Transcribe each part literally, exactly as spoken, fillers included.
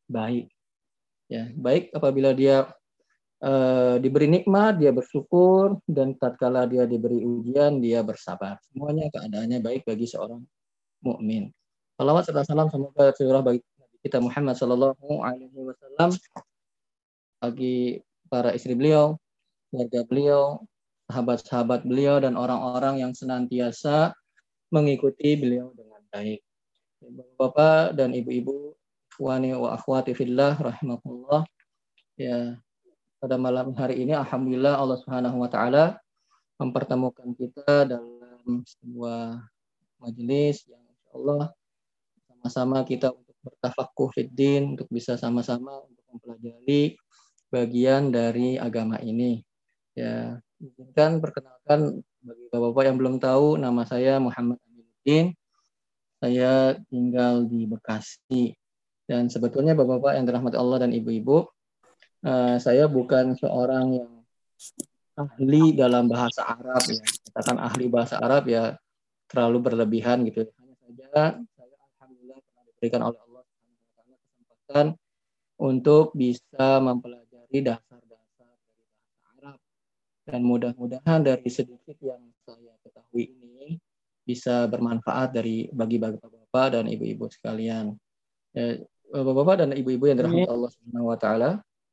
baik. Ya, baik apabila dia uh, diberi nikmat, dia bersyukur, dan tatkala dia diberi ujian, dia bersabar. Semuanya keadaannya baik bagi seorang mukmin. Salawat serta salam semoga curah bagi kita Muhammad Sallallahu Alaihi Wasallam, bagi para istri beliau, keluarga beliau, sahabat-sahabat beliau, dan orang-orang yang senantiasa mengikuti beliau dengan baik. Bapak dan ibu-ibu, ikhwani wa akhwati fillah rahimakumullah. Ya, pada malam hari ini alhamdulillah Allah Subhanahu wa taala mempertemukan kita dalam sebuah majelis yang insyaallah sama-sama kita untuk bertafakuh fiddin, untuk bisa sama-sama untuk mempelajari bagian dari agama ini. Ya, izinkan perkenalkan bagi Bapak-bapak yang belum tahu, nama saya Muhammad Aminuddin. Saya tinggal di Bekasi. Dan sebetulnya Bapak-bapak yang dirahmati Allah dan ibu-ibu, uh, saya bukan seorang yang ahli dalam bahasa Arab ya. Katakan ahli bahasa Arab ya terlalu berlebihan gitu. Hanya saja saya alhamdulillah telah diberikan oleh Allah kesempatan untuk bisa mempelajari dasar-dasar dari bahasa Arab. Dan mudah-mudahan dari sedikit yang saya ketahui ini bisa bermanfaat dari bagi bapak-bapak dan ibu-ibu sekalian. Ya, bapak-bapak dan ibu-ibu yang dirahmati Allah Subhanahu wa taala.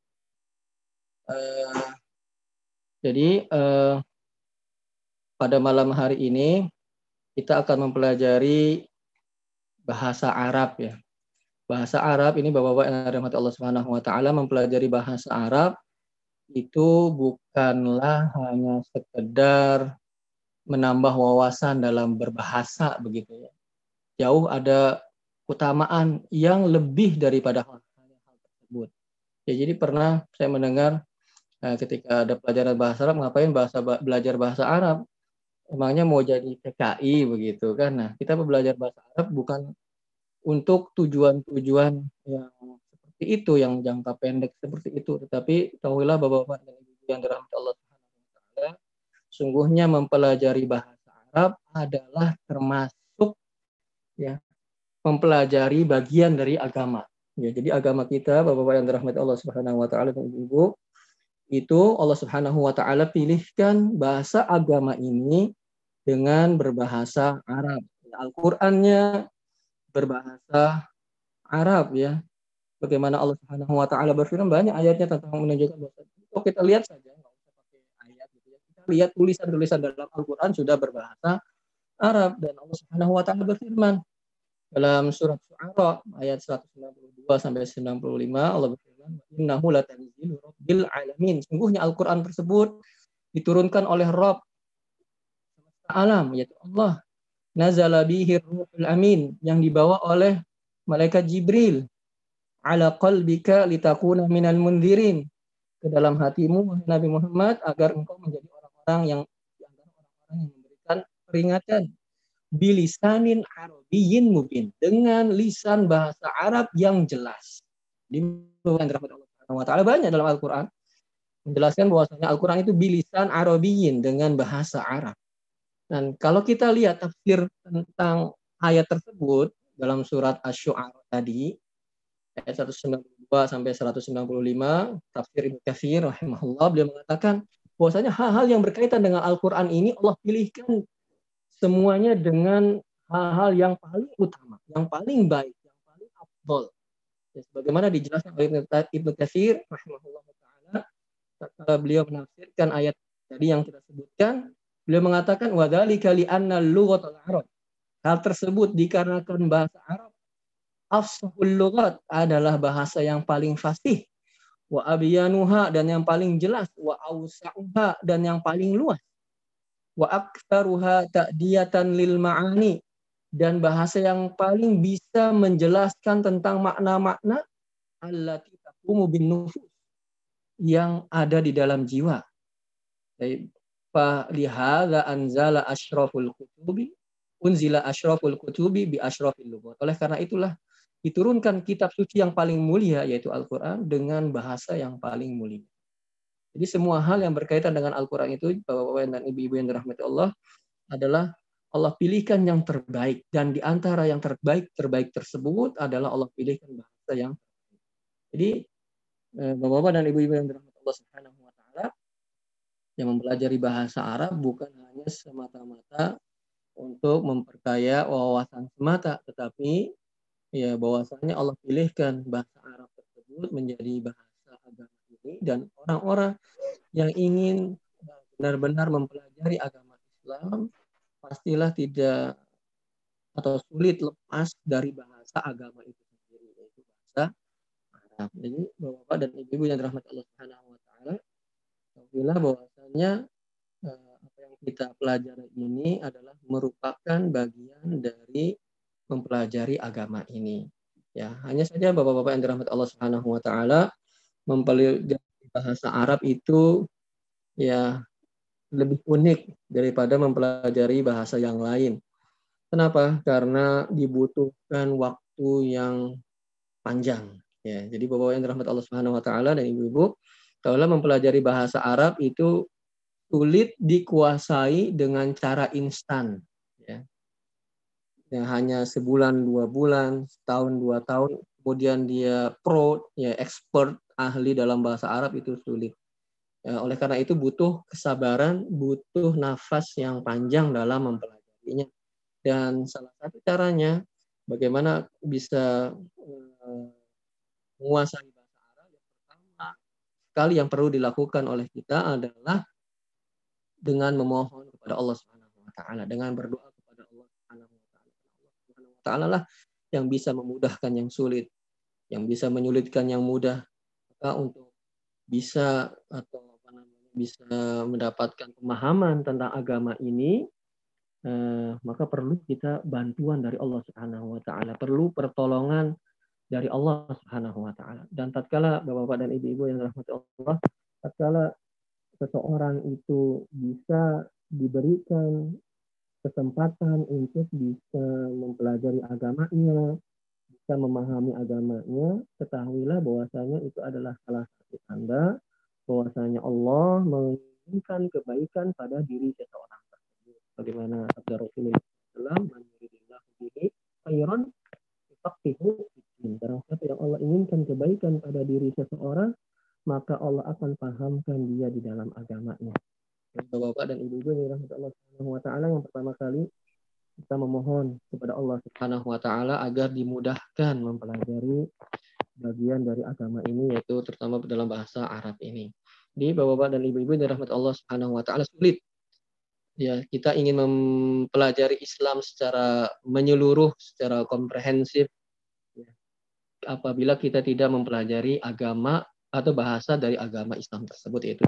Uh, jadi uh, pada malam hari ini kita akan mempelajari bahasa Arab ya. Bahasa Arab ini bapak-bapak yang dirahmati Allah Subhanahu wa taala, mempelajari bahasa Arab itu bukanlah hanya sekedar menambah wawasan dalam berbahasa begitu ya. Jauh ada keutamaan yang lebih daripada hal, hal tersebut. Ya, jadi pernah saya mendengar nah, ketika ada pelajaran bahasa Arab, ngapain bahasa belajar bahasa Arab? Emangnya mau jadi T K I begitu kan? Nah, kita belajar bahasa Arab bukan untuk tujuan-tujuan yang seperti itu, yang jangka pendek seperti itu. Tetapi tahuilah bapak-bapak dan ibu yang dirahmati Allah Subhanahu wa taala, sungguhnya mempelajari bahasa Arab adalah termasuk ya mempelajari bagian dari agama. Ya, jadi agama kita, bapak-bapak yang dirahmati Allah Subhanahu wa taala dan ibu, itu Allah Subhanahu wa taala pilihkan bahasa agama ini dengan berbahasa Arab. Al-Qur'annya berbahasa Arab ya. Bagaimana Allah Subhanahu wa taala berfirman, banyak ayatnya tentang menunjukkan bahasa. Oh, kita lihat saja, nggak usah pakai ayat gitu ya. Kita lihat tulisan-tulisan dalam Al-Qur'an sudah berbahasa Arab, dan Allah Subhanahu wa taala berfirman dalam surat Syu'ara ayat seratus sembilan puluh dua sampai sembilan puluh lima, Allah berfirman, innahu latanzilu rabbil alamin. Sungguhnya Al-Qur'an tersebut diturunkan oleh Rabb alam, yaitu Allah. Nazala bihi ruhul amin, yang dibawa oleh malaikat Jibril, ala qalbika litakuna minal mundzirin, ke dalam hatimu Nabi Muhammad agar engkau menjadi orang-orang yang orang-orang yang memberikan peringatan, bilisanin arabiyyin mubin, dengan lisan bahasa Arab yang jelas. Di Allah Taala banyak dalam Al-Qur'an menjelaskan bahwasanya Al-Qur'an itu bilisan arabiyyin, dengan bahasa Arab. Dan kalau kita lihat tafsir tentang ayat tersebut dalam surat Asy-Syu'ara tadi, ayat seratus sembilan puluh dua sampai seratus sembilan puluh lima, tafsir Ibnu Katsir rahimahullah, beliau mengatakan bahwasanya hal-hal yang berkaitan dengan Al-Qur'an ini Allah pilihkan semuanya dengan hal-hal yang paling utama, yang paling baik, yang paling afdal. Ya, sebagaimana dijelaskan oleh Ibnu Katsir rahimahullah taala, tatkala beliau menafsirkan ayat tadi yang kita sebutkan, beliau mengatakan wadzalika li'anna lughatal Arab. Hal tersebut dikarenakan bahasa Arab afsahul lughat, adalah bahasa yang paling fasih, wa abyanuha, dan yang paling jelas, wa awsa'uha, dan yang paling luas, wa aktsaruha ta'diyatan lil ma'ani, dan bahasa yang paling bisa menjelaskan tentang makna-makna allati taqumu bin nufus, yang ada di dalam jiwa. Fa lihadza anzala asyraful kutubi unzila asyraful kutubi bi asyrafil lughat. Oleh karena itulah diturunkan kitab suci yang paling mulia, yaitu Al-Qur'an, dengan bahasa yang paling mulia. Jadi semua hal yang berkaitan dengan Al-Qur'an itu, Bapak-bapak dan ibu-ibu yang dirahmati Allah, adalah Allah pilihkan yang terbaik, dan di antara yang terbaik-terbaik tersebut adalah Allah pilihkan bahasa yang terbaik. Jadi eh, Bapak-bapak dan ibu-ibu yang dirahmati Allah Subhanahu wa taala, yang mempelajari bahasa Arab bukan hanya semata-mata untuk memperkaya wawasan semata, tetapi ya bahwasanya Allah pilihkan bahasa Arab tersebut menjadi bahasa agama ini, dan orang-orang yang ingin benar-benar mempelajari agama Islam pastilah tidak atau sulit lepas dari bahasa agama itu sendiri, yaitu bahasa Arab. Jadi Bapak dan Ibu yang dirahmati Allah Subhanahu wa taala, alhamdulillah bahwasanya eh, apa yang kita pelajari ini adalah merupakan bagian dari mempelajari agama ini. Ya, hanya saja Bapak-bapak yang dirahmati Allah Subhanahu wa taala, mempelajari bahasa Arab itu ya lebih unik daripada mempelajari bahasa yang lain. Kenapa? Karena dibutuhkan waktu yang panjang. Ya, jadi Bapak yang dirahmati Allah Subhanahu wa taala dan ibu-ibu, kalau mempelajari bahasa Arab itu sulit dikuasai dengan cara instan. Ya. Ya, hanya sebulan, dua bulan, setahun, dua tahun, kemudian dia pro, ya expert, ahli dalam bahasa Arab itu sulit. Ya, oleh karena itu butuh kesabaran, butuh nafas yang panjang dalam mempelajarinya. Dan salah satu caranya bagaimana bisa uh, menguasai bahasa Arab, yang pertama kali yang perlu dilakukan oleh kita adalah dengan memohon kepada Allah Subhanahu wa taala, dengan berdoa kepada Allah Subhanahu wa taala. Allah Subhanahu wa taala lah yang bisa memudahkan yang sulit, yang bisa menyulitkan yang mudah. Maka untuk bisa atau apa namanya bisa mendapatkan pemahaman tentang agama ini, eh, maka perlu kita bantuan dari Allah Subhanahu wa taala, perlu pertolongan dari Allah Subhanahu wa taala. Dan tatkala Bapak-bapak dan Ibu-ibu yang dirahmati Allah, tatkala seseorang itu bisa diberikan kesempatan untuk bisa mempelajari agamanya, bisa memahami agamanya, ketahuilah bahwasanya itu adalah salah satu tanda bahwasanya Allah menginginkan kebaikan pada diri seseorang tersebut. Bagaimana sabda Rasulullah shallallahu alaihi wasallam, "Man yuridillahu bihi khairan yufaqihuhu fid-din." Barang siapa yang Allah inginkan kebaikan pada diri seseorang, maka Allah akan pahamkan dia di dalam agamanya. Bapak-bapak dan ibu-ibu yang dirahmati Allah Subhanahu wa taala, yang pertama kali kita memohon kepada Allah Subhanahu wa taala agar dimudahkan mempelajari bagian dari agama ini, yaitu terutama dalam bahasa Arab ini. Di Bapak-bapak dan ibu-ibu yang dirahmati Allah Subhanahu wa taala, sulit ya kita ingin mempelajari Islam secara menyeluruh, secara komprehensif ya, apabila kita tidak mempelajari agama atau bahasa dari agama Islam tersebut, yaitu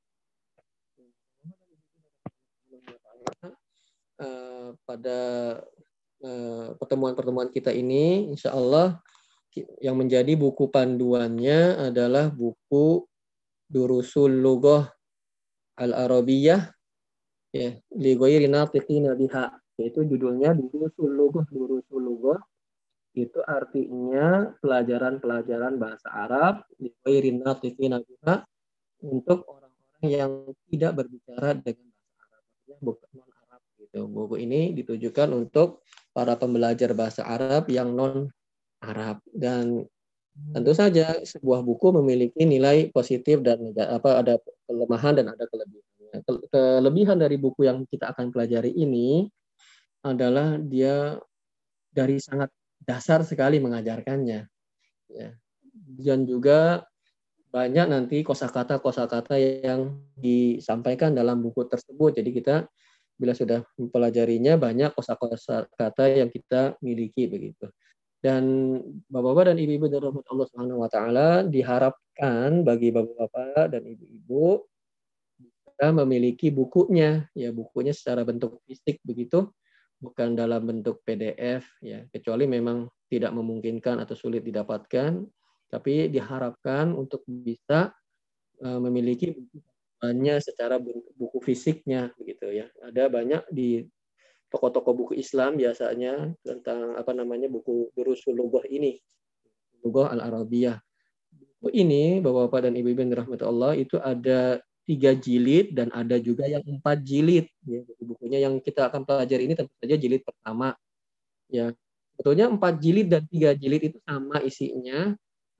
Uh, pada uh, pertemuan-pertemuan kita ini, insya Allah yang menjadi buku panduannya adalah buku Durusul Lughah Al-Arabiyah ya, li ghairi natiqina biha, yaitu judulnya Durusul Lughah. Durusul Lughah itu artinya pelajaran-pelajaran bahasa Arab li ghairi natiqina biha, untuk orang-orang yang tidak berbicara dengan bahasa Arab, artinya bukan non Arab gitu. Buku ini ditujukan untuk para pembelajar bahasa Arab yang non Arab, dan tentu saja sebuah buku memiliki nilai positif dan apa ada kelemahan dan ada kelebihannya. Kelebihan dari buku yang kita akan pelajari ini adalah dia dari sangat dasar sekali mengajarkannya ya. Dan juga banyak nanti kosakata-kosakata yang disampaikan dalam buku tersebut. Jadi kita bila sudah mempelajarinya banyak kosakata yang kita miliki begitu. Dan bapak-bapak dan ibu-ibu dari Allah Subhanahu wa taala, diharapkan bagi bapak-bapak dan ibu-ibu bisa memiliki bukunya, ya bukunya secara bentuk fisik begitu, bukan dalam bentuk P D F ya, kecuali memang tidak memungkinkan atau sulit didapatkan, tapi diharapkan untuk bisa uh, memiliki bukunya secara buku fisiknya begitu ya. Ada banyak di toko-toko buku Islam biasanya tentang apa namanya buku Durusul Lughah ini, Lughah Al-Arabiyah. Buku ini Bapak-bapak dan Ibu-ibu yang dirahmati Allah itu ada tiga jilid dan ada juga yang empat jilid ya. Bukunya yang kita akan pelajari ini tentu saja jilid pertama ya. Sebetulnya empat jilid dan tiga jilid itu sama isinya,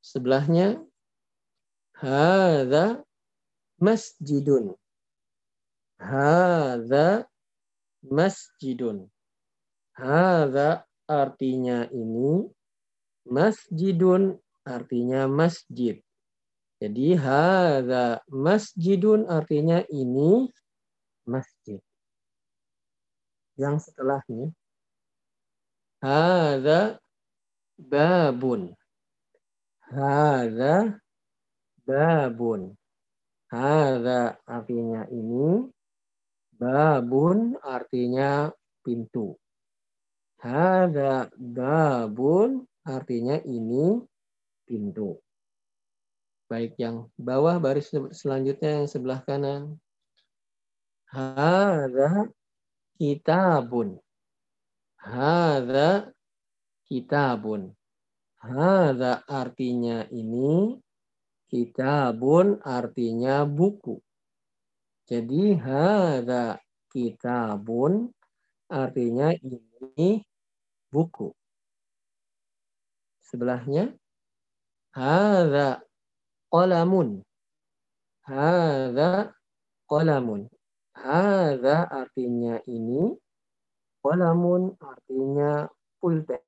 Sebelahnya hadza masjidun. Hadza masjidun. Hadza artinya ini, masjidun artinya masjid. Jadi hadza masjidun artinya ini masjid. Yang setelahnya hadza babun. Hadza babun. Hadza artinya ini, babun artinya pintu. Hadza babun artinya ini pintu. Baik, yang bawah baris selanjutnya yang sebelah kanan. Hadza kitabun. Hadza kitabun. Hadza artinya ini, kitabun artinya buku. Jadi hadza kitabun artinya ini buku. Sebelahnya hadza qalamun. Hadza qalamun. Hadza artinya ini, qalamun artinya pulpen.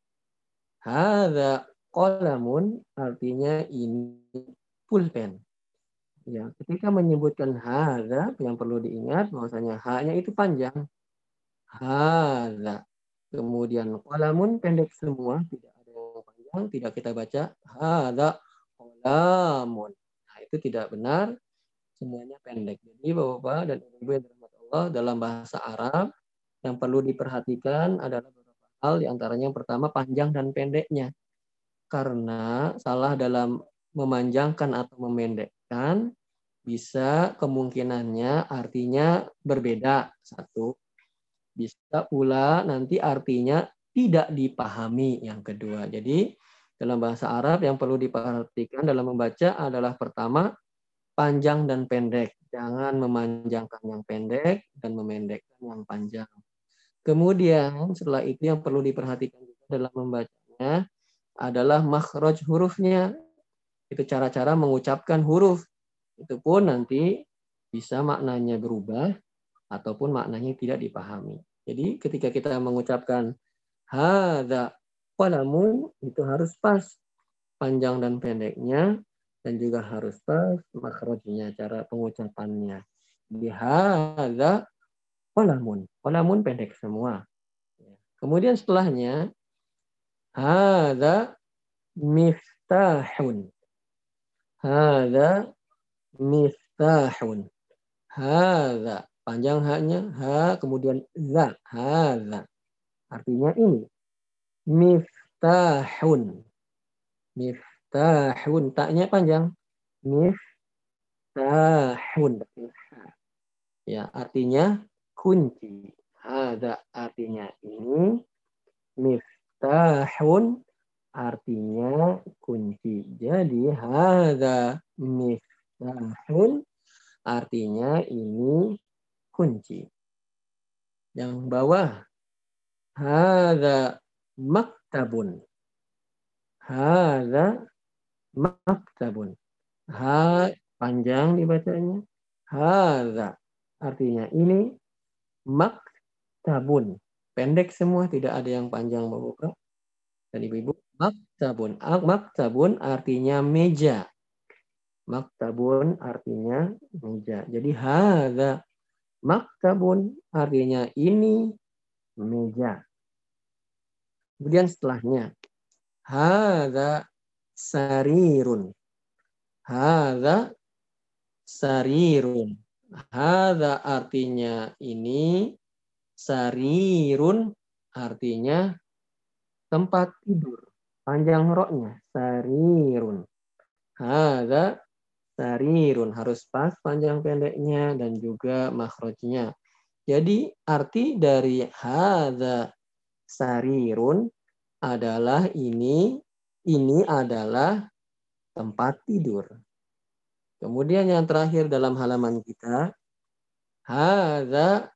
Hadza qalamun artinya ini pulpen. Ya, ketika menyebutkan hadza yang perlu diingat bahwasanya ha-nya itu panjang. Hadza. Kemudian qalamun pendek semua, tidak ada yang panjang, tidak kita baca hadza qalamun. Nah, itu tidak benar. Semuanya pendek. Jadi Bapak-bapak dan Ibu yang dirahmati Allah, dalam bahasa Arab yang perlu diperhatikan adalah beberapa hal, di antaranya yang pertama panjang dan pendeknya. Karena salah dalam memanjangkan atau memendekkan bisa kemungkinannya artinya berbeda. Satu. Bisa pula nanti artinya tidak dipahami. Yang kedua. Jadi dalam bahasa Arab yang perlu diperhatikan dalam membaca adalah pertama panjang dan pendek. Jangan memanjangkan yang pendek dan memendekkan yang panjang. Kemudian setelah itu yang perlu diperhatikan juga dalam membacanya adalah makhraj hurufnya. Itu cara-cara mengucapkan huruf. Itu pun nanti bisa maknanya berubah ataupun maknanya tidak dipahami. Jadi ketika kita mengucapkan hadza qalamun itu harus pas panjang dan pendeknya, dan juga harus pas makhrajnya, cara pengucapannya. Di hadza qalamun. Qalamun pendek semua. Kemudian setelahnya hadza miftahun. Hadza miftahun. Hadza. Panjang haknya. Ha. Kemudian za. Hadza. Artinya ini. Miftahun. Miftahun. Taknya panjang. Miftahun. Ya, artinya kunci. Hadza artinya ini. Miftahun artinya kunci. Jadi hadza miftahun artinya ini kunci. Yang bawah hadza maktabun. Hadza maktabun. Ha panjang dibacanya. Hadza artinya ini, maktabun. Pendek semua, tidak ada yang panjang Bapak dan Ibu-ibu. Maktabun. Maktabun artinya meja. Maktabun artinya meja. Jadi hadza maktabun artinya ini meja. Kemudian setelahnya hadza sarirun. Hadza sarirun. Hadza artinya ini, sarirun artinya tempat tidur. Panjang roknya, sarirun. Hadza sarirun. Harus pas panjang pendeknya dan juga makhrajnya. Jadi arti dari hadza sarirun adalah ini, ini adalah tempat tidur. Kemudian yang terakhir dalam halaman kita, hadza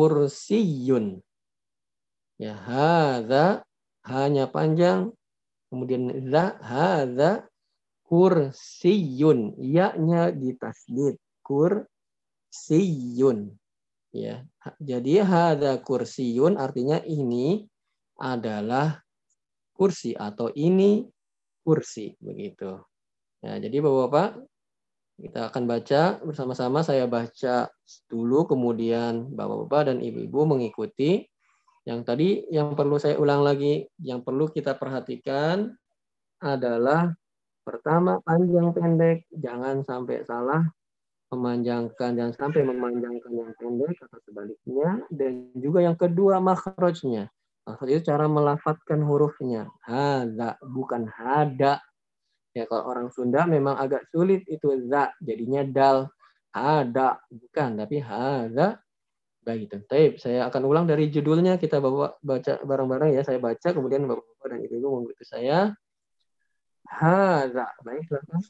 kursiyun. Ya, hadza hanya panjang, kemudian za, hadza kursiyun, ya-nya ditasdid, kursiyun. Ya, jadi hadza kursiyun artinya ini adalah kursi atau ini kursi begitu. Nah, jadi Bapak-bapak kita akan baca bersama-sama. Saya baca dulu, kemudian Bapak-bapak dan Ibu-ibu mengikuti. Yang tadi yang perlu saya ulang lagi, yang perlu kita perhatikan adalah pertama panjang pendek, jangan sampai salah memanjangkan, jangan sampai memanjangkan yang pendek atau sebaliknya. Dan juga yang kedua makhrajnya. Makhraj itu cara melafadzkan hurufnya. Hadza, bukan hada. Ya, kalau orang Sunda memang agak sulit itu za, jadinya dal. Hada, bukan, tapi hadza baitun. Baik, saya akan ulang dari judulnya, kita bawa baca bareng-bareng ya. Saya baca, kemudian Bapak-bapak dan Ibu-ibu mengikuti saya. Hadza, baik, silakan.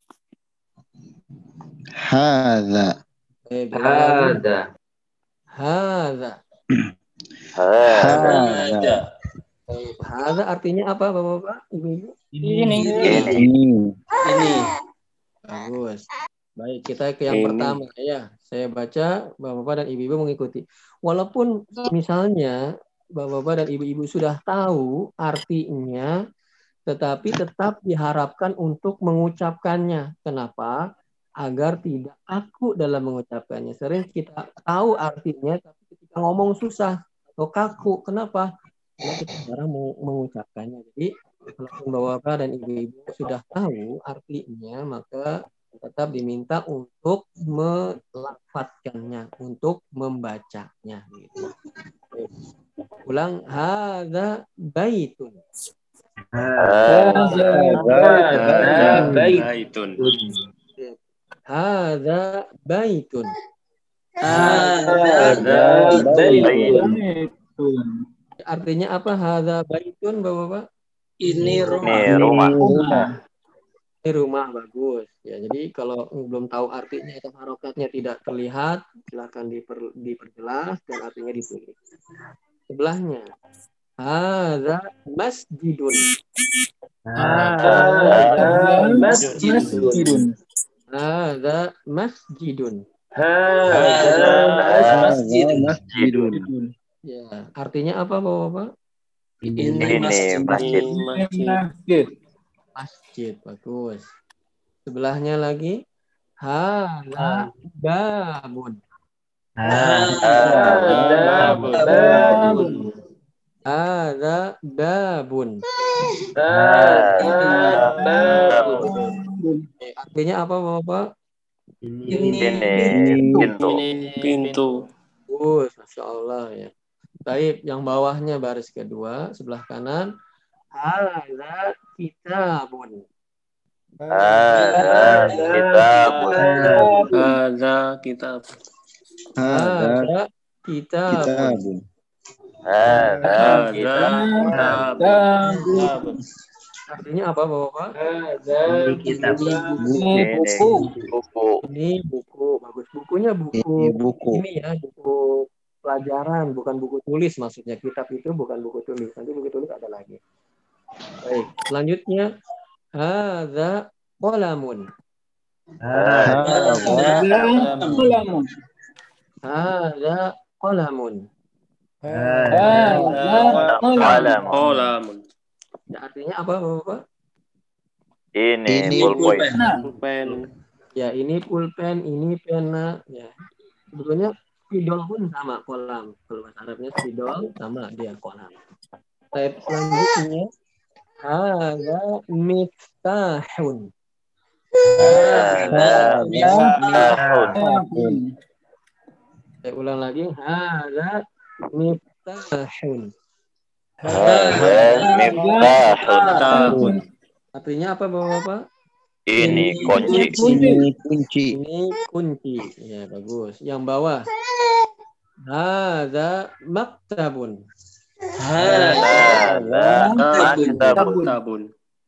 Hadza. Baik, diulang lagi. Hadza. Hadza. Hadza. Baik, hadza artinya apa, Bapak-bapak, Ibu-ibu? Ini. Ini. Ini. Bagus. Baik, kita ke yang pertama ya. Saya baca, Bapak-bapak dan Ibu-ibu mengikuti. Walaupun misalnya Bapak-bapak dan Ibu-ibu sudah tahu artinya, tetapi tetap diharapkan untuk mengucapkannya. Kenapa? Agar tidak kaku dalam mengucapkannya. Sering kita tahu artinya, tapi ketika ngomong susah atau kaku. Kenapa? Karena kita jarang mengucapkannya. Jadi, walaupun Bapak-bapak dan Ibu-ibu sudah tahu artinya, maka tetap diminta untuk melafadzkannya, untuk membacanya. Gitu. Ulang, hadza baitun. Hadza baitun. Hadza baitun. Hadza baitun. Artinya apa hadza baitun, Bapak-bapak? Ini rumah. Ini rumah. Ini rumah, bagus. Ya, jadi kalau belum tahu artinya atau harokatnya tidak terlihat, silakan diper, diperjelas dan artinya ditulis. Sebelahnya, hadza masjidun. Hadza masjidun. Hadza masjidun. Hadza masjidun. Ya, artinya apa, Bapak-bapak? Ini masjid. Masjid. Masjid, bagus. Sebelahnya lagi, hadza babun. Hadza babun. Hadza babun. Hadza babun. Eh, artinya apa, Bapak? Ini pintu. Pintu. Bagus, Masya Allah ya. Baik, yang bawahnya baris kedua, sebelah kanan. Hadza kitabun. Hadza kitabun. Hadza kitab. Hadza kitabun. Kitabun. Hadza kitabun. Artinya apa, Bapak? Hadza kitabun. Buku. Buku. Ini buku, bagus. Bukunya buku. Ini buku. Ini ya, buku pelajaran, bukan buku tulis maksudnya. Kitab itu bukan buku tulis. Nanti buku tulis ada lagi. Baik, selanjutnya hadza qalamun. Hadza Qalamun. Hadza qalamun. Hadza qalamun. Ya, artinya apa, Bapak? Ini Ini pulpen. Pulpen. Ya, ini pulpen, ini pena. Ya, sebetulnya spidol pun sama kolam. Kalau bahasa Arabnya spidol sama dia kolam. Baik, selanjutnya hadza miftahun. Hadza miftahun. Saya ulang lagi, hadza miftahun. Hadza miftahun. Artinya apa, Bapak-bapak? Ini kunci. Ini kunci. Ini kunci. Ya, bagus. Yang bawah. Hadza maktabun. Hadza maktabun. Tabun.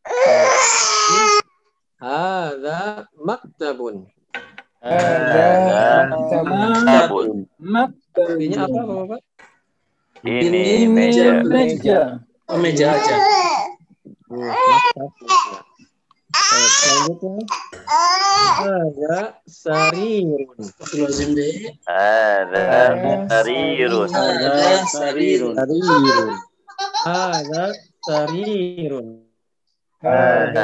Hadza maktabun. Hadza maktabun. Artinya apa, Bapak? Ini meja. Meja. Oh, meja aja. Bagus. Maktab. Baik, selanjutnya ada sarirun. Lazim deh. Ada sarirun. Ada sarirun. Sarirun. Ada sarirun. Ada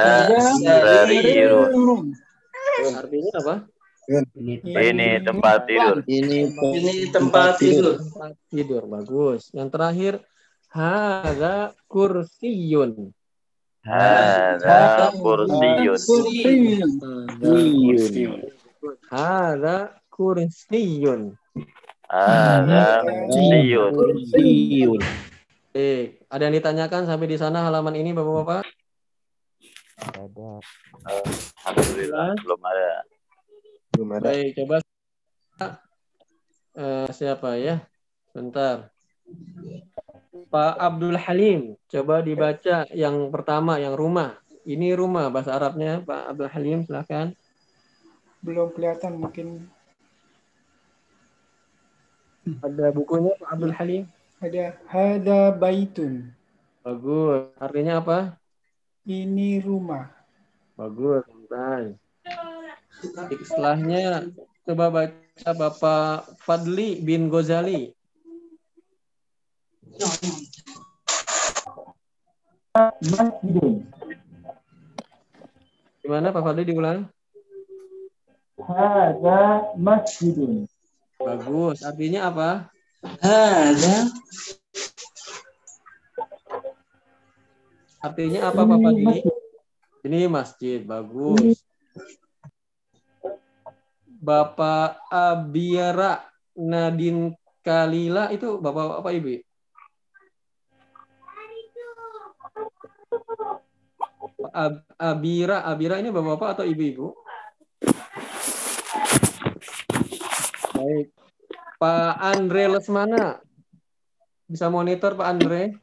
sarirun. Artinya apa? Ini tempat tidur. Ini Ini tempat tidur. Tempat tidur. Bagus. Yang terakhir ada kursiyun. Ada kursiyun. Kursiun. Ada kursiyun. Ada kursiyun. Kursiun. Baik, ada yang ditanyakan sampai di sana halaman ini Bapak-bapak? Alhamdulillah belum ada. Belum ada. Baik, coba eh, siapa ya? Bentar. Pak Abdul Halim, coba dibaca yang pertama, yang rumah. Ini rumah bahasa Arabnya, Pak Abdul Halim, silakan. Belum kelihatan mungkin Ada bukunya Pak Abdul Halim. ada hada baitun. Bagus. Artinya apa? Ini rumah. Bagus, bentar. Istilahnya coba baca Bapak Fadli bin Ghazali. Gimana Pak Fadli diulang? Hada masjidun. Bagus. Artinya apa? Hada Artinya apa Pak Fadli? Ini masjid. Bagus. Bapak Abira Nadin Kalila itu Bapak apa Ibu? Ab Abira, Abira ini bapak-bapak atau ibu-ibu? Baik. Pak Andre Lesmana. Bisa monitor Pak Andre?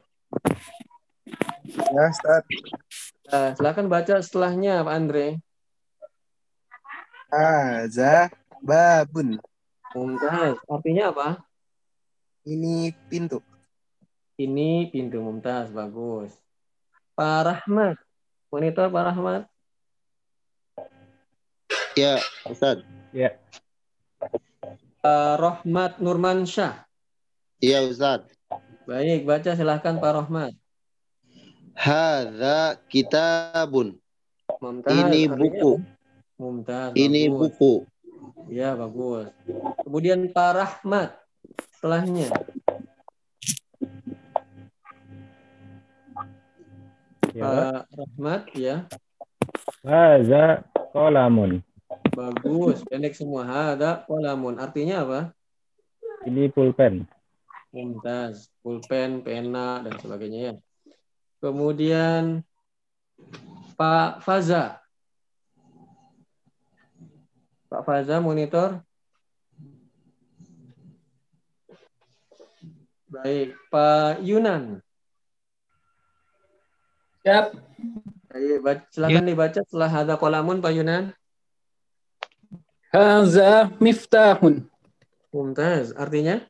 Ya, Ustaz. Nah, silakan baca setelahnya Pak Andre. Haza babun. Mumtaz. Artinya apa? Ini pintu. Ini pintu Mumtaz. Bagus. Pak Rahmat. Monitor Pak Rahmat. Ya, Ustaz. Ya. Pak Rahmat Nurmansyah. Iya, Ustaz. Baik, baca silahkan Pak Rahmat. Hadza kitabun. Mumtaz. Ini Artinya buku. apa? Mumtaz. Ini Bagus. buku. Ya, bagus. Kemudian Pak Rahmat setelahnya. Ya, Pak Rahmat, ya. Haza qalamun. Bagus, pendek semua. Hada qalamun. Artinya apa? Ini pulpen. Mumtaz, pulpen, pena, dan sebagainya ya. Kemudian Pak Faza. Pak Faza, monitor. Baik, Pak Yunan. Siap. Ayo, silakan dibaca setelah hada qalamun Pak Yunan. Haza miftahun. Mumtaz, artinya?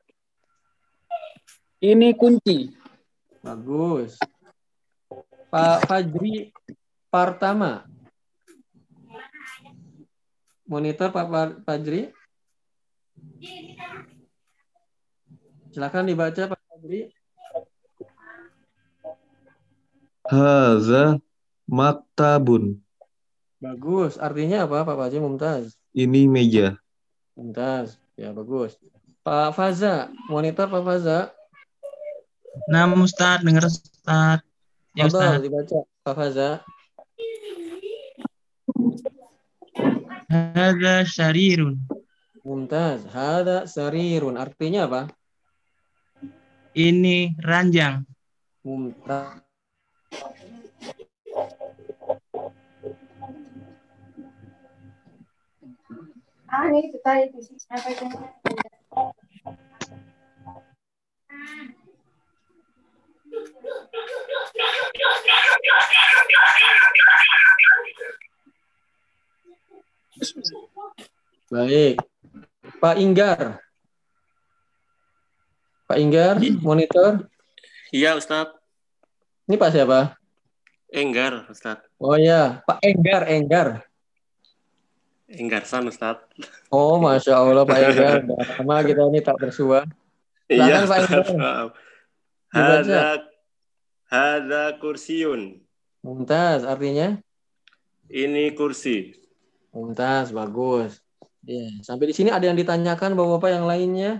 Ini kunci. Bagus. Pak Fajri Partama. Monitor Pak Fajri. Silakan dibaca Pak Fajri. Haza maktabun. Bagus. Artinya apa Pak Fajri? Mumtaz. Ini meja. Mumtaz. Ya, bagus. Pak Faza. Monitor Pak Faza. Nah, Ustaz, dengar Ustaz. Ya, Fadal, Ustaz. dibaca Pak Faza. Hadza sarirun. Mumtaz. Hada sarirun. Artinya apa? Ini ranjang. Mumtaz. Ah, ini kita itu apa itu? Baik. Pak Inggar. Pak Inggar, monitor. Iya, Ustaz. Ini Pak siapa? Enggar, Ustaz. Oh ya, Pak Enggar, Enggar. Enggarsan, Ustaz. Oh, Masya Allah Pak Enggar. Udah lama kita ini tak bersua. Iya, Silakan Pak Ustaz. Enggar. Maaf. Dibaca. Hadza hadza kursiun. Mumtaz, artinya? Ini kursi. Mumtaz, bagus. Ya, sampai di sini ada yang ditanyakan Bapak-bapak yang lainnya?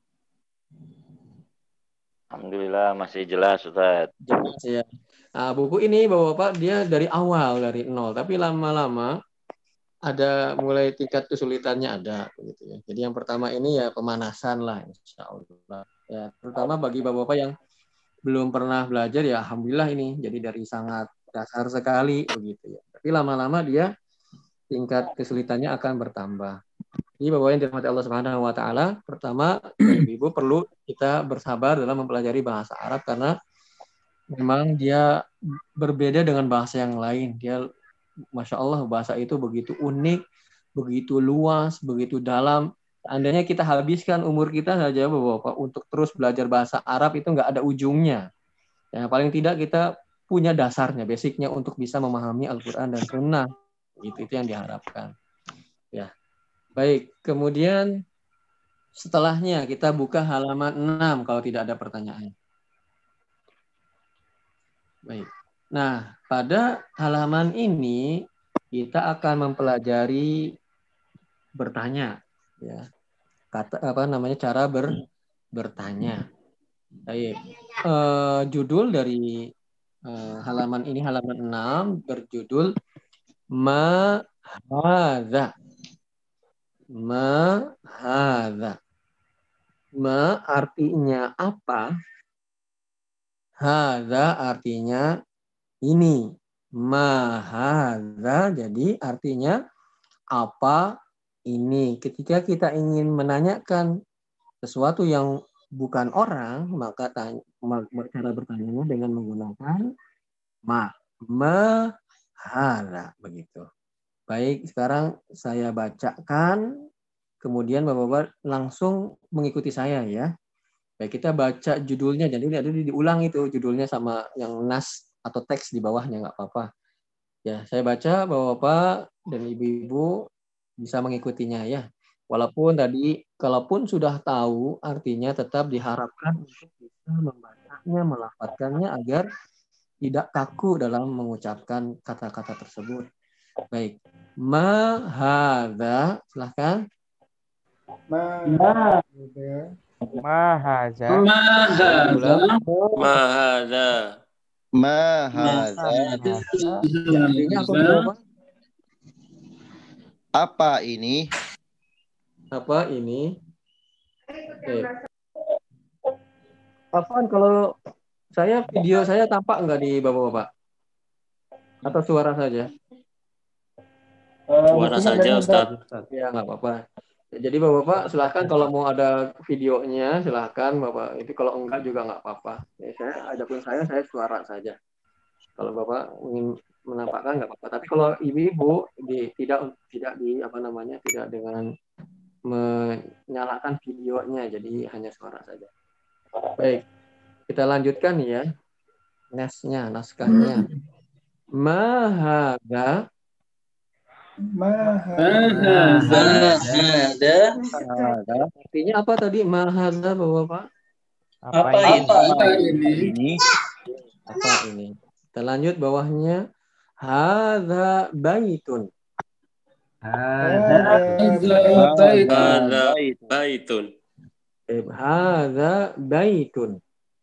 Alhamdulillah masih jelas, Ustaz. Jelas ya. Nah, buku ini Bapak-bapak dia dari awal dari nol, tapi lama-lama ada mulai tingkat kesulitannya ada gitu ya. Jadi yang pertama ini ya pemanasan lah insya Allah. Ya, terutama bagi Bapak-bapak yang belum pernah belajar ya alhamdulillah ini jadi dari sangat dasar sekali begitu ya. Tapi lama-lama dia tingkat kesulitannya akan bertambah. Jadi Bapak yang dirahmati Allah Subhanahu wa taala, pertama Ibu perlu kita bersabar dalam mempelajari bahasa Arab karena memang dia berbeda dengan bahasa yang lain. Dia Masya Allah bahasa itu begitu unik, begitu luas, begitu dalam. Seandainya kita habiskan umur kita saja Bapak untuk terus belajar bahasa Arab itu nggak ada ujungnya. Ya, paling tidak kita punya dasarnya, basicnya untuk bisa memahami Al-Quran dan Sunnah. Itu, itu yang diharapkan. Ya, baik. Kemudian setelahnya kita buka halaman enam kalau tidak ada pertanyaan. Baik. Nah, pada halaman ini kita akan mempelajari bertanya, ya. Kata apa namanya cara ber, bertanya. Baik. Uh, judul dari uh, halaman ini halaman enam berjudul Ma hadza. Ma hadza. Ma artinya apa? Hadza artinya ini. Ma hadza jadi artinya apa ini. Ketika kita ingin menanyakan sesuatu yang bukan orang, maka tanya, cara bertanya dengan menggunakan ma. Ma hadza begitu. Baik, sekarang saya bacakan, kemudian Bapak-bapak langsung mengikuti saya ya. Baik, kita baca judulnya, jadi ada diulang itu judulnya sama yang nas atau teks di bawahnya, nggak apa-apa. Ya, saya baca, Bapak-bapak dan Ibu-ibu bisa mengikutinya ya. Walaupun tadi, kalaupun sudah tahu, artinya tetap diharapkan untuk bisa membacanya, melafadzkannya agar tidak kaku dalam mengucapkan kata-kata tersebut. Baik. Ma hadza, silahkan. Ma hadza. Ma hadza. Ma hadza. Ma hadza. Ma hadza. Artinya apa? Apa ini? Apa ini? Oke. Afwan, kalau saya video saya tampak nggak di Bapak-bapak? Atau suara saja? Suara saja, Ustaz. Ya, nggak apa-apa. Jadi Bapak-bapak silahkan kalau mau ada videonya silahkan Bapak. Itu kalau enggak juga nggak apa-apa. Ya, saya adapun saya saya suara saja. Kalau Bapak ingin menampakkan nggak apa-apa. Tapi kalau ibu-ibu di, tidak tidak di apa namanya tidak dengan menyalakan videonya, jadi hanya suara saja. Baik, kita lanjutkan ya. Nasnya, naskahnya. Ma hadza. Ma hadza. Artinya apa tadi? Ma hadza Bapak-bapak? Apa, apa ini? ini? Apa ini? Kita lanjut bawahnya. Hadza baitun. Hadza baitun. Hadza baitun.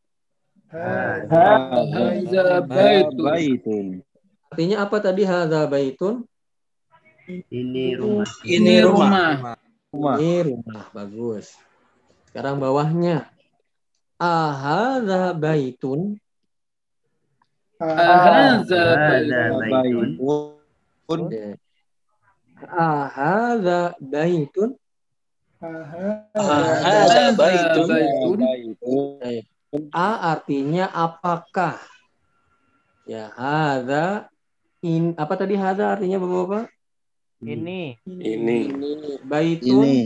Hadza baitun. Artinya apa tadi hadza baitun? Ini rumah. Ini rumah. Ini rumah, bagus. Sekarang bawahnya. Ahadza baitun. Ahadza baitun. Ahadza baitun. Ahadza baitun. A artinya apakah? Ya, hadza in apa tadi hadza artinya Bapak-bapak? Ini. Ini. Ini baitun. Ini.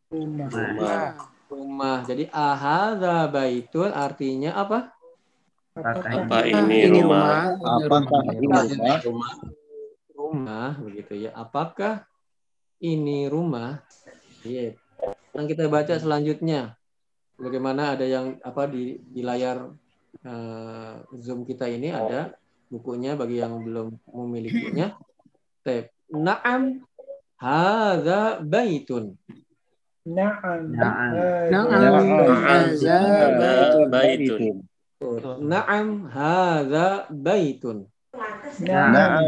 Rumah. Rumah. Jadi ahadza baitun artinya apa? Apa ini rumah? Apakah ini rumah? Rumah, begitu ya. Apakah ini rumah? Iya. Yang kita baca selanjutnya. Bagaimana ada yang apa di di layar uh, Zoom kita ini ada bukunya bagi yang belum memilikinya. Tep. Naam hadza baitun. Na'am. Na'am hadza baitun. Naam hadza baitun. Na'am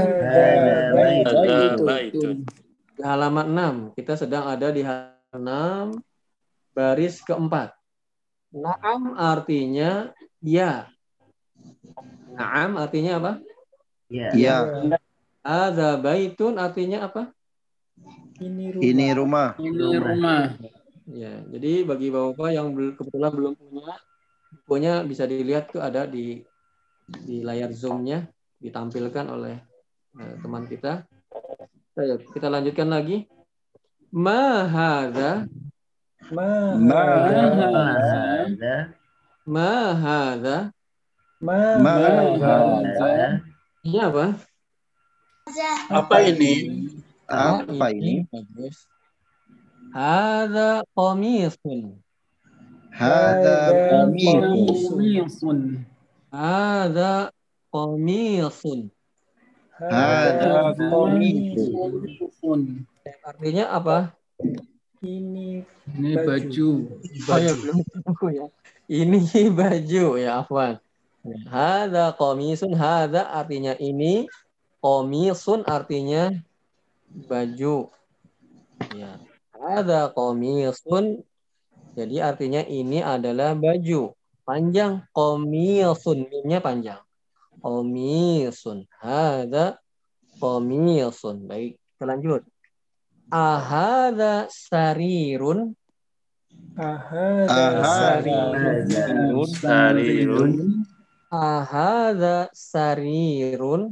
Hadza baitun. Di halaman enam, kita sedang ada di halaman enam baris keempat. Naam artinya ya. Naam artinya apa? Ya. Iya. Hadza baitun artinya apa? Ini rumah. Ini rumah. Ini rumah. Ya, jadi bagi Bapak yang bel- kebetulan belum punya, bukunya bisa dilihat tuh ada di di layar Zoom-nya ditampilkan oleh eh, teman kita. Ayo, kita lanjutkan lagi. Ma hadza Ma Ma Ada. ma hadza Ma Ma Ada. ini apa? Apa ini? Apa ini? Bagus. Hadza qamisun. Hadza qamisun. Qamisun. Hadza qamisun. Hadza qamisun. Qamisun. Artinya apa? Ini Ini baju. Oh ya, belum tahu ya. Ini baju ya, Afwan. Hadza qamisun, hadza artinya ini, qamisun artinya baju. Ya. Hadza qamisun. Jadi artinya ini adalah baju. Panjang qamisun, mimnya panjang. Qamisun. Hadza qamisun. Baik, kita lanjut. Ahadza sarirun. Ahadza sarirun. Sarirun. Ahadza sarirun.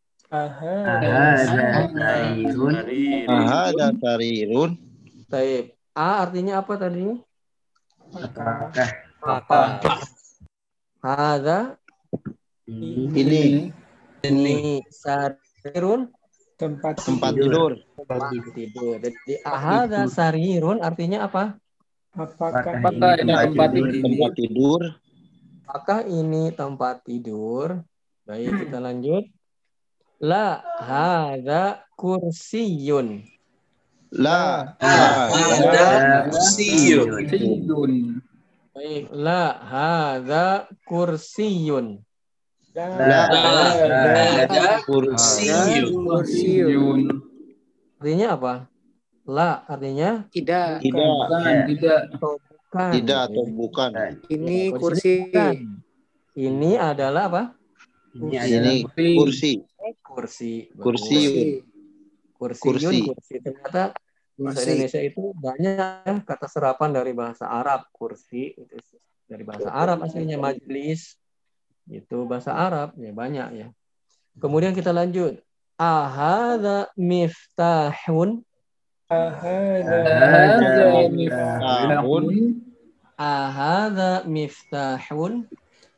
Ahadza Sarirun. Sarirun. Hadza sarirun. Baik. A artinya apa tadi? Apakah Apa? Hadza Ini ini sarirun tempat tempat tidur. tempat tidur. Jadi ahadza sarirun artinya apa? Apakah Apakah ini tempat tidur? Tempat tidur. Apakah ini tempat tidur? Baik, kita lanjut. La hadza kursiyun. La ada Sidun. Baik, la hadza kursiyun. La Ada kursiyun. Artinya apa? La artinya Tidak. Tidak. Bukan, tidak. atau bukan. Tidak atau bukan. Ini Kalau di kursi. sini bukan. Ini adalah apa? Ini adalah Ini kursi. Kursi. Kursi. Kursi. Kursi. Kursi. Ternyata bahasa Kursi. Indonesia itu banyak ya kata serapan dari bahasa Arab. Kursi itu dari bahasa Arab aslinya, majlis itu bahasa Arab ya, banyak ya. Kemudian kita lanjut. Ahadza miftahun. Ahadza Hadza miftahun. Ahadza miftahun.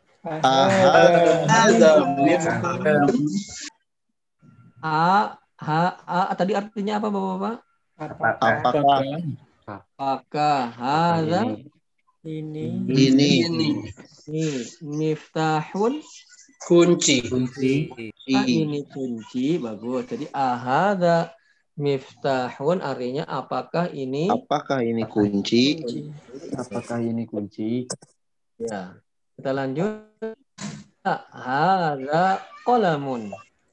Ahadza A, ha, a tadi artinya apa Bapak-bapak? Apakah Apakah hadza ini ini ini miftahun? kunci. kunci. Ah, ini kunci, bagus. Jadi ahadza miftahun artinya apakah ini? apakah ini kunci? Apakah ini kunci? Ya. Kita lanjut. Hadza qalamun.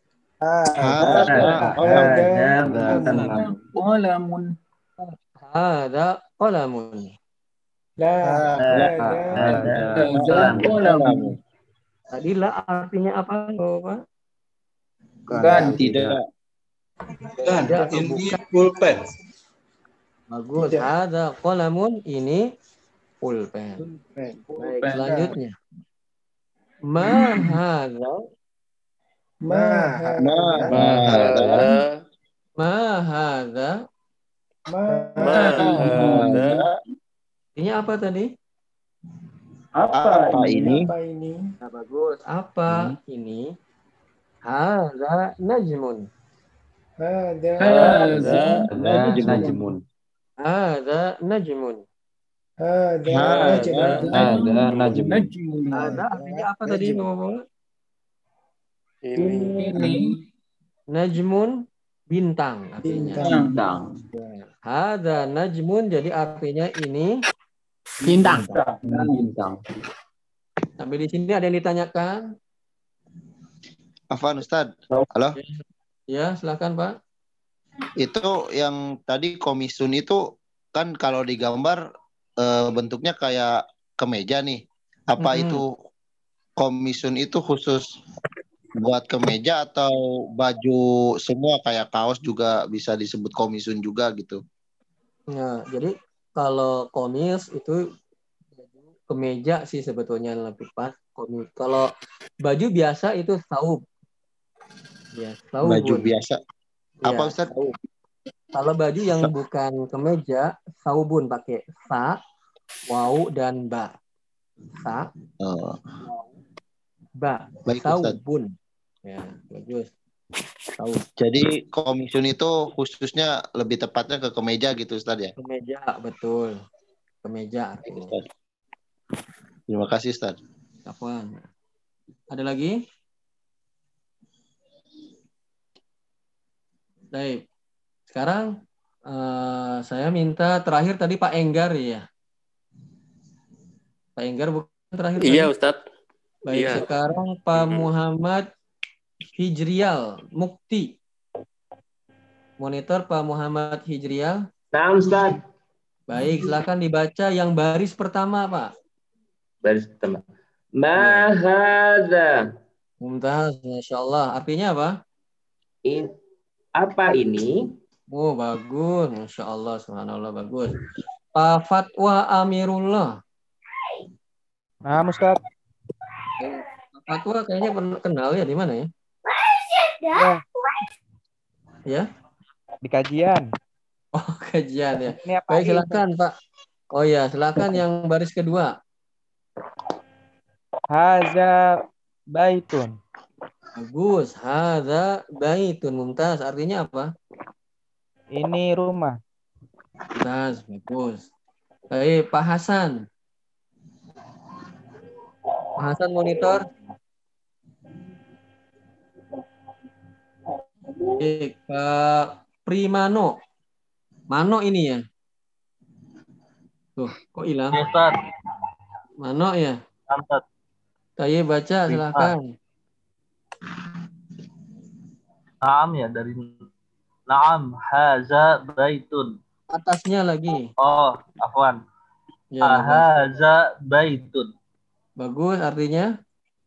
Hadza Ada Qalamun. Hadza qalamun. La ada Qalamun. Tadi la artinya apa, Bapak? Bukan. Tidak. Tidak atau bukan? Pulpen. Bagus. Hadza qalamun, ini pulpen. Baik, selanjutnya. Ma hadza ma Ma hadza ma hadza ma Ma hadza. ini apa tadi? Apa, Apa ini? Apa ini? Nah, bagus. Apa ini? Hadza najmun. Hada. Hadza Najmun. Hadza najmun. Hada. Hadza najmun. najmun. Hadza artinya apa tadi, Bapak-bapak? Ini. Ini Najmun bintang artinya. bintang. Hadza najmun jadi artinya ini Bintang. Bintang. sampai di sini ada yang ditanyakan? Afwan Ustaz. Halo. Ya, silakan Pak. Itu yang tadi komisun itu kan kalau digambar eh, bentuknya kayak kemeja nih. Apa Mm-mm. itu komisun itu khusus buat kemeja atau baju semua kayak kaos juga bisa disebut komisun juga gitu? Nah, jadi kalau komis itu kemeja sih sebetulnya lebih pas. Komis. Kalau baju biasa itu saub. Ya, saubun. Baju biasa. Ya, Apa Ustaz? saub. Kalau baju yang bukan kemeja, saubun pakai sa, wau dan ba. Sa, Oh, ba, baik Ustaz. saubun. Ya, bagus. Saub. Jadi komisun itu khususnya lebih tepatnya ke kemeja gitu Ustaz ya? Kemeja, betul. Kemeja artinya. Ustaz. Terima kasih Ustaz. Afwan. Ada lagi? Baik. Sekarang eh, saya minta terakhir tadi Pak Enggar ya. Pak Enggar bukan terakhir Iya, tadi? Ustadz. Baik, Iya. sekarang Pak Mm-mm. Muhammad Hijrial Mukti. Monitor Pak Muhammad Hijrial. Nah, Ustaz. Baik, silakan dibaca yang baris pertama, Pak. Baris pertama. Ma hadza. Mumtaz, Masya Allah. Artinya apa? In, apa ini? Oh, bagus. Masya Allah, subhanallah, bagus. Pak Fatwa Amirullah. Nah, Ustaz. Pak Fatwa kayaknya pernah kenal ya, di mana ya? Ya, Ya? di kajian. Oh, kajian ya. Ini apa? Baik, silakan, Pak. Oh ya, silakan yang baris kedua. Haza baitun. Bagus. Hadza baitun. Mumtaz. Artinya apa? Ini rumah. Mumtaz. Bagus. Baik, Pak Hasan. Pak Hasan monitor. Baik, Pak Primano. Mano ini ya? Tuh, kok hilang? Ustaz. Mano ya? Ustaz. Saya baca, silakan. Naam ya dari Naam haza baitun. Atasnya lagi. Oh, afwan. Ya, bagus. Haza baitun. Bagus, artinya?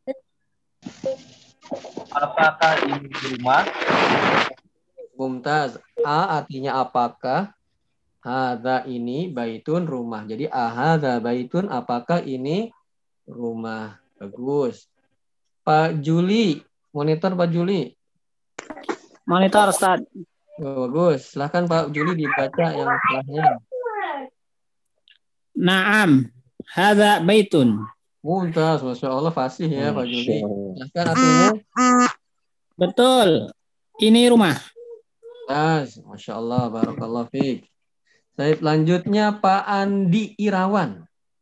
Apakah ini rumah? Mumtaz. A artinya apakah? Hadza ini baitun rumah. Jadi ahadza baitun apakah ini rumah? Bagus. Pak Juli, monitor Pak Juli. Monitor, Ustaz. Oh, bagus. Silahkan Pak Juli dibaca yang setelahnya. Naam, hadza baitun. Mumtaz, Masya Allah fasih ya Pak Juli. Silahkan artinya. Betul. Ini rumah. Mumtaz, Masya Allah, barakallah fiik. Baik, lanjutnya Pak Andi Irawan.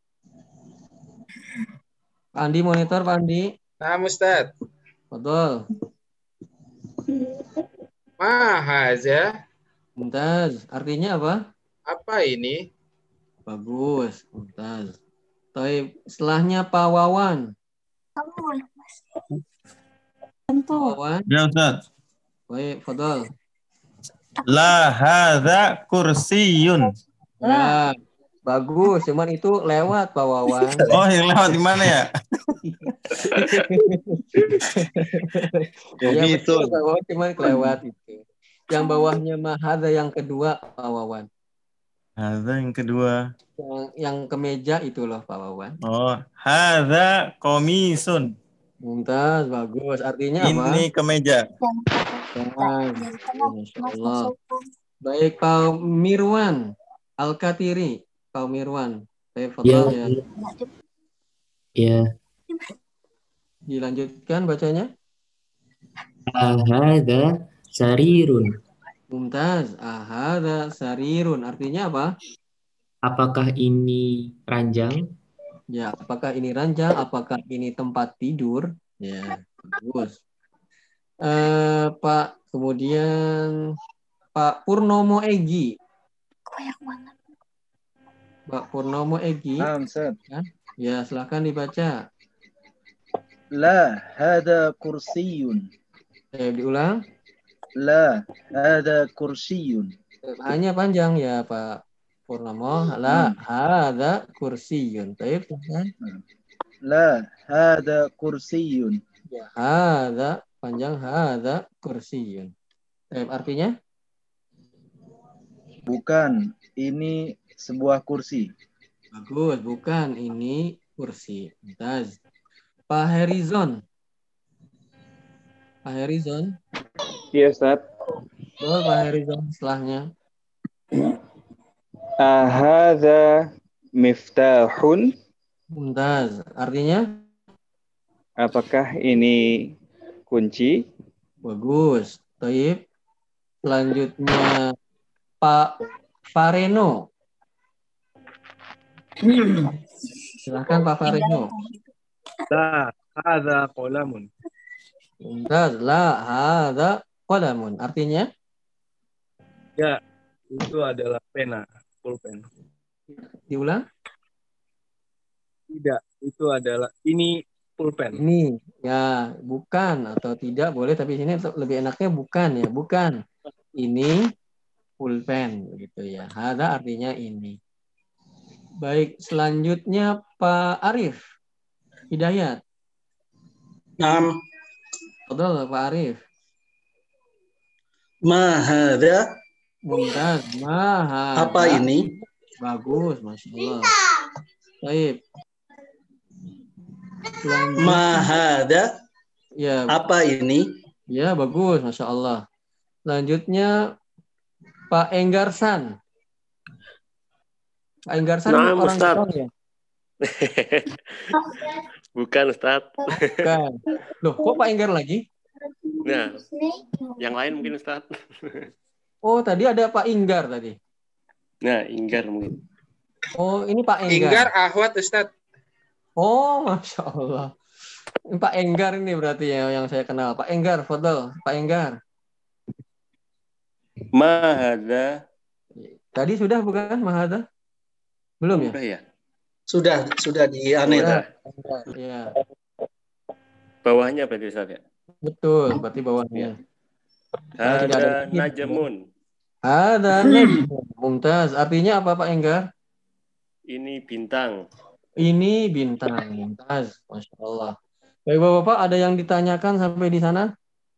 Pak Andi monitor, Pak Andi. Nah, Ustaz. Betul. Ma haza. Mumtaz, artinya apa? Apa ini? Bagus, Mumtaz. Baik, setelahnya Pak Wawan. Pak Wawan. Ya Ustaz. Baik, fadal. La hadza kursiyun. Ya, bagus. Cuman itu lewat Pak Wawan. Oh, yang lewat di mana ya? Ya betul, Pak Wawan, cuman kelewat itu. Yang bawahnya mahadza yang kedua Pak Wawan. Hadza yang kedua. Yang, yang kemeja itu loh Pak Wawan. Oh, hadza komisun. Mumtaz, bagus. Artinya apa? Ini kemeja. Ya, Masya Allah. Baik, Pak Mirwan Al-Katiri. Pak Mirwan. Baik, fadal ya. Ya. Dilanjutkan bacanya. Ahada sarirun. Mumtaz. Ahada sarirun. Artinya apa? Apakah ini ranjang? Ya, apakah ini ranjang? Apakah ini tempat tidur? Ya, bagus. Eh, Pak, kemudian Pak Purnomo Egi. Pak Purnomo Egi. Naam, Ustaz. Ya, ya, silakan dibaca. La hada kursiyun. Eh, diulang. La hada kursiyun. Hanya panjang ya, Pak Purnomo. La hada kursiyun. Baik, silakan. La hada kursiyun. Ya, hada panjang hada kursiyun. Baik, artinya? Bukan, ini sebuah kursi. Bagus, bukan ini kursi. Mumtaz. Pak Herizon. Pak Herizon. Iya, Ustaz. Oh, Pak Herizon setelahnya. Ahadza miftahun. Mumtaz. Artinya? Apakah ini kunci? Bagus. Taib. Selanjutnya Pak Fareno. Silakan Pak Fareno. La hadza qalamun. Mumtaz. La hadza qalamun. Artinya? Ya, itu adalah pena, pulpen. Diulang? Tidak, itu adalah ini pulpen. Ini ya bukan atau tidak boleh, tapi sini lebih enaknya bukan ya, bukan. Ini pulpen gitu ya. Hada artinya ini. Baik, selanjutnya Pak Arif Hidayat. Naam. Betul, Pak Arif. Ma hadza. Mumtaz. Ma hadza. Apa ini? Bagus, Masya Allah. Baik. Ma hadza. Ya. Apa ini? Ya, bagus, Masya Allah. Selanjutnya Pak Enggarsan. Pak Enggarsan Nah, orang Ustaz. Jepang ya? Bukan, Ustaz. Bukan. Loh, kok Pak Enggar lagi? Nah, yang lain mungkin, Ustaz. Oh, tadi ada Pak Inggar tadi. Nah, Inggar mungkin. Oh, ini Pak Enggar. Inggar Ahwat, Ustaz. Oh, Masya Allah. Ini Pak Enggar ini berarti ya yang saya kenal. Pak Enggar, foto. Pak Enggar. Mahada. Tadi sudah bukan Mahada? Belum ya? Sudah ya? Sudah, sudah di ane. Iya. Bawahnya berarti, Ustaz ya? Betul, berarti bawahnya. Karena tidak ada Ada najamun. Ada najmun. Mumtaz. Artinya apa Pak Enggar? Ini bintang. Ini bintang. Mumtaz. Masya Allah. Baik Bapak-Bapak, ada yang ditanyakan sampai di sana?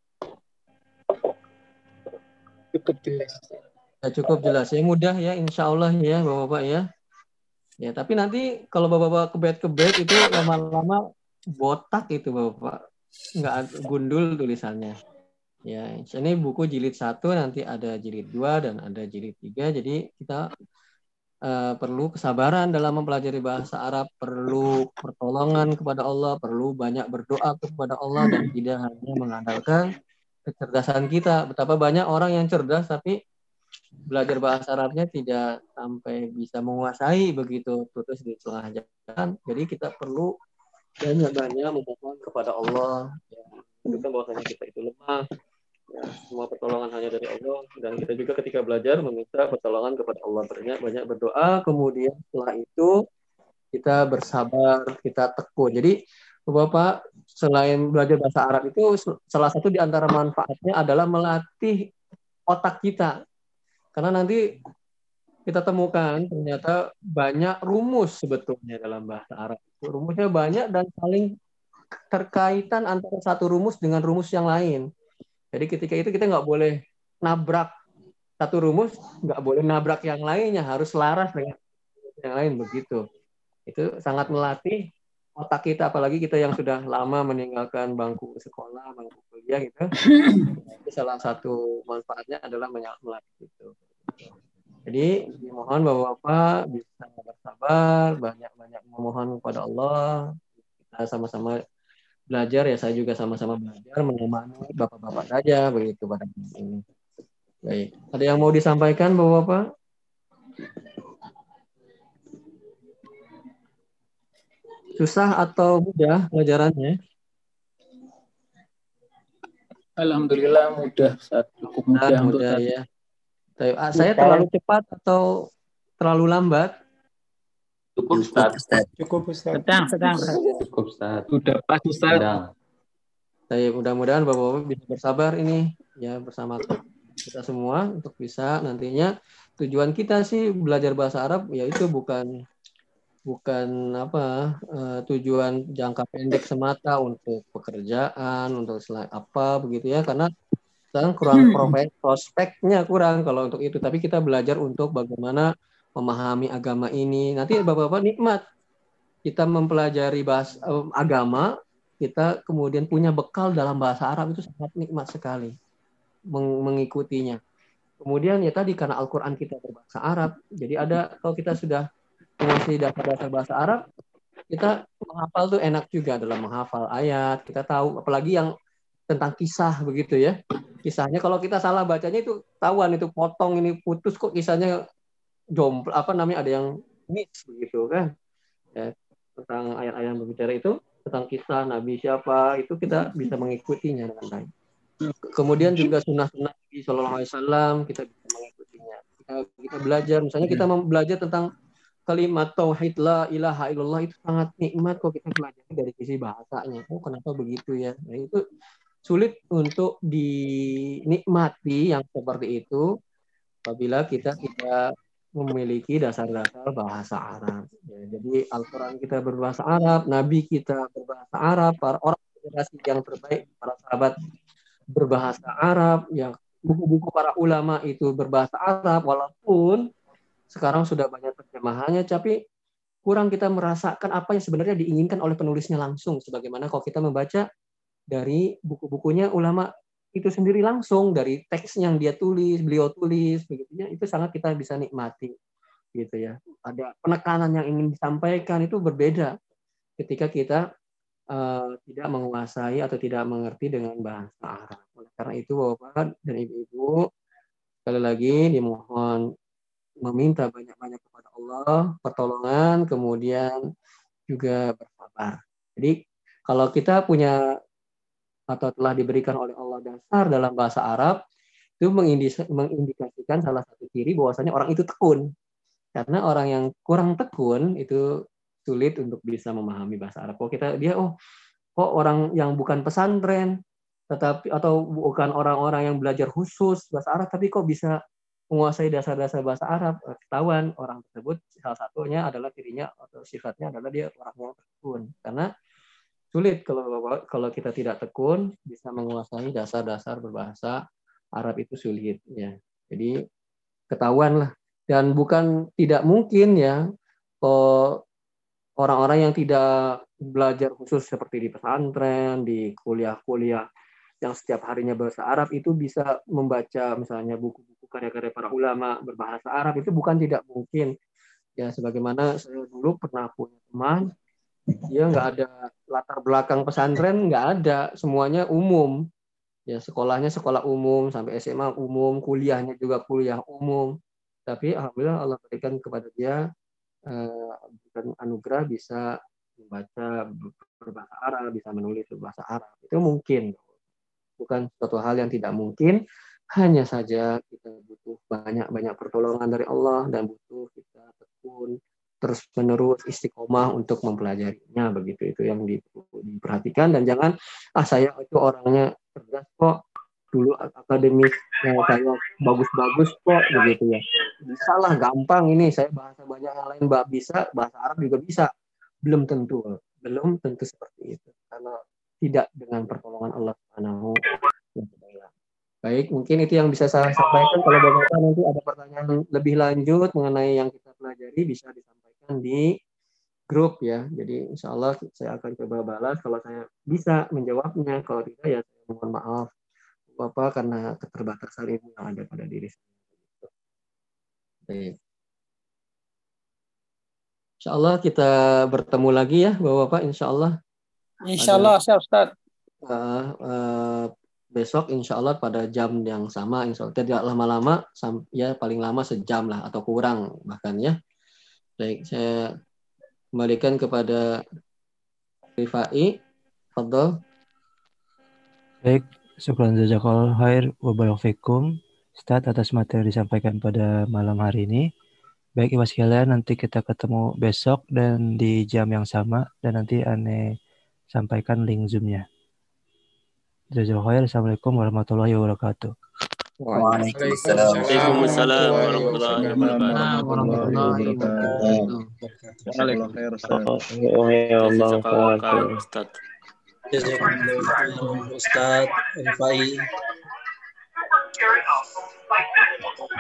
Cukup jelas. Ya, cukup jelas. Ya mudah ya, insya Allah ya Bapak-Bapak ya. Ya, tapi nanti kalau Bapak-Bapak kebet-kebet itu lama-lama botak itu Bapak. Nggak gundul tulisannya. Ya, ini buku jilid satu, nanti ada jilid dua dan ada jilid tiga. Jadi kita uh, perlu kesabaran dalam mempelajari bahasa Arab, perlu pertolongan kepada Allah, perlu banyak berdoa kepada Allah dan tidak hanya mengandalkan kecerdasan kita. Betapa banyak orang yang cerdas tapi belajar bahasa Arabnya tidak sampai bisa menguasai begitu, putus di tengah jalan. Jadi kita perlu banyak-banyak memohon kepada Allah. Ya, menunjukkan bahwasanya kita itu lemah. Ya, semua pertolongan hanya dari Allah, dan kita juga ketika belajar meminta pertolongan kepada Allah, banyak banyak berdoa, kemudian setelah itu kita bersabar, kita tekun. Jadi Bapak, selain belajar bahasa Arab itu salah satu di antara manfaatnya adalah melatih otak kita, karena nanti kita temukan ternyata banyak rumus sebetulnya dalam bahasa Arab. Rumusnya banyak dan saling terkaitan antara satu rumus dengan rumus yang lain. Jadi ketika itu kita nggak boleh nabrak satu rumus, nggak boleh nabrak yang lainnya, harus selaras dengan yang lain begitu. Itu sangat melatih otak kita, apalagi kita yang sudah lama meninggalkan bangku sekolah, bangku kuliah gitu. Itu salah satu manfaatnya adalah melatih itu. Jadi mohon Bapak-Bapak bisa bersabar, banyak-banyak memohon kepada Allah, kita sama-sama belajar ya, saya juga sama-sama belajar menemani bapak-bapak saja begitu pada ini. Baik, ada yang mau disampaikan bapak-bapak? Susah atau mudah pelajarannya? Alhamdulillah mudah, Ustaz. Cukup mudah, Mudah, untuk mudah tadi. ya. Saya, saya terlalu cepat atau terlalu lambat? Cukup, Ustaz. Cukup, Ustaz. Sedang, sedang. Cukup, Ustaz. Sudah pas, Ustaz. Sedang. Saya mudah-mudahan bapak-bapak bisa bersabar ini ya bersama kita semua untuk bisa nantinya tujuan kita sih belajar bahasa Arab yaitu bukan bukan apa uh, tujuan jangka pendek semata untuk pekerjaan untuk selain apa begitu ya, karena sekarang kurang prospek, prospeknya kurang kalau untuk itu, tapi kita belajar untuk bagaimana memahami agama ini. Nanti bapak-bapak nikmat kita mempelajari bahasa uh, agama, kita kemudian punya bekal dalam bahasa Arab, itu sangat nikmat sekali meng- mengikutinya. Kemudian ya tadi karena Al-Quran kita berbahasa Arab, jadi ada kalau kita sudah menguasai dasar-dasar bahasa Arab, kita menghafal tuh enak juga dalam menghafal ayat. Kita tahu, apalagi yang tentang kisah begitu ya. Kisahnya kalau kita salah bacanya itu tahuan, itu potong ini putus kok kisahnya jompl apa namanya ada yang miss begitu kan. Ya, tentang ayat-ayat yang berbicara itu tentang kisah Nabi siapa itu kita bisa mengikutinya dengan baik. Kemudian juga sunnah-sunnah Nabi Shallallahu Alaihi Wasallam kita bisa mengikutinya. Kita, kita belajar, misalnya kita belajar tentang kalimat tauhid la ilaha illallah itu sangat nikmat kok kita pelajari dari sisi bahasanya. Oh kenapa begitu ya? Nah, itu sulit untuk dinikmati yang seperti itu apabila kita tidak memiliki dasar-dasar bahasa Arab. Ya, jadi Al-Quran kita berbahasa Arab, Nabi kita berbahasa Arab, para orang generasi yang terbaik, para sahabat berbahasa Arab, yang buku-buku para ulama itu berbahasa Arab, walaupun sekarang sudah banyak terjemahannya, tapi kurang kita merasakan apa yang sebenarnya diinginkan oleh penulisnya langsung. Sebagaimana kalau kita membaca dari buku-bukunya ulama itu sendiri langsung, dari teks yang dia tulis, beliau tulis, begitunya, itu sangat kita bisa nikmati. Gitu ya. Ada penekanan yang ingin disampaikan itu berbeda ketika kita uh, tidak menguasai atau tidak mengerti dengan bahasa Arab. Oleh karena itu, Bapak dan Ibu-ibu, sekali lagi dimohon meminta banyak-banyak kepada Allah pertolongan, kemudian juga bersabar. Jadi kalau kita punya atau telah diberikan oleh Allah dasar dalam bahasa Arab, itu mengindikasikan salah satu ciri bahwasanya orang itu tekun. Karena orang yang kurang tekun itu sulit untuk bisa memahami bahasa Arab. Kalau kita dia oh kok orang yang bukan pesantren tetapi atau bukan orang-orang yang belajar khusus bahasa Arab tapi kok bisa menguasai dasar-dasar bahasa Arab, ketahuan orang tersebut salah satunya adalah dirinya atau sifatnya adalah dia orang yang tekun. Karena sulit kalau kalau kita tidak tekun bisa menguasai dasar-dasar berbahasa Arab itu sulit ya. Jadi ketahuan lah, dan bukan tidak mungkin ya kalau orang-orang yang tidak belajar khusus seperti di pesantren, di kuliah-kuliah yang setiap harinya bahasa Arab itu bisa membaca misalnya buku-buku karya-karya para ulama berbahasa Arab, itu bukan tidak mungkin ya. Sebagaimana saya dulu pernah punya teman, dia nggak ada latar belakang pesantren, nggak ada, semuanya umum ya, sekolahnya sekolah umum sampai S M A umum, kuliahnya juga kuliah umum, tapi alhamdulillah Allah berikan kepada dia eh, anugerah bisa membaca berbahasa Arab, bisa menulis berbahasa Arab. Itu mungkin, bukan suatu hal yang tidak mungkin. Hanya saja kita butuh banyak-banyak pertolongan dari Allah dan butuh kita tekun terus-menerus istiqomah untuk mempelajarinya. Begitu, itu yang diperhatikan, dan jangan ah saya itu orangnya cerdas kok, dulu akademis eh, saya bagus-bagus kok begitu ya. Bisa lah, gampang ini saya bahasa banyak yang lain mbak bisa, bahasa Arab juga bisa. Belum tentu, belum tentu seperti itu karena tidak dengan pertolongan Allah Subhanahu wa taala. Baik, mungkin itu yang bisa saya sampaikan. Kalau Bapak nanti ada pertanyaan lebih lanjut mengenai yang kita pelajari bisa disampaikan di grup ya. Jadi insya Allah saya akan coba balas kalau saya bisa menjawabnya. Kalau tidak ya saya mohon maaf Bapak karena keterbatasan ilmu yang ada pada diri saya. Baik. Insya Allah kita bertemu lagi ya Bapak-Bapak, insya Allah Insyaallah siap Ustaz. Uh, uh, besok insya Allah pada jam yang sama, insya Allah tidak lama-lama, ya paling lama sejam lah atau kurang bahkan ya. Baik, saya kembalikan kepada Rifai. Fadhol. Baik, syukran jazakallahu khair wa barakallahu fikum Ustaz atas materi yang disampaikan pada malam hari ini. Baik Ibu sekalian, nanti kita ketemu besok dan di jam yang sama dan nanti Ane sampaikan link Zoom-nya. Jazakallahu khair. Assalamualaikum warahmatullahi wabarakatuh. Waalaikumsalam warahmatullahi wabarakatuh. Waalaikumsalam. Ustaz. Jazakumullah Ustaz Rifai.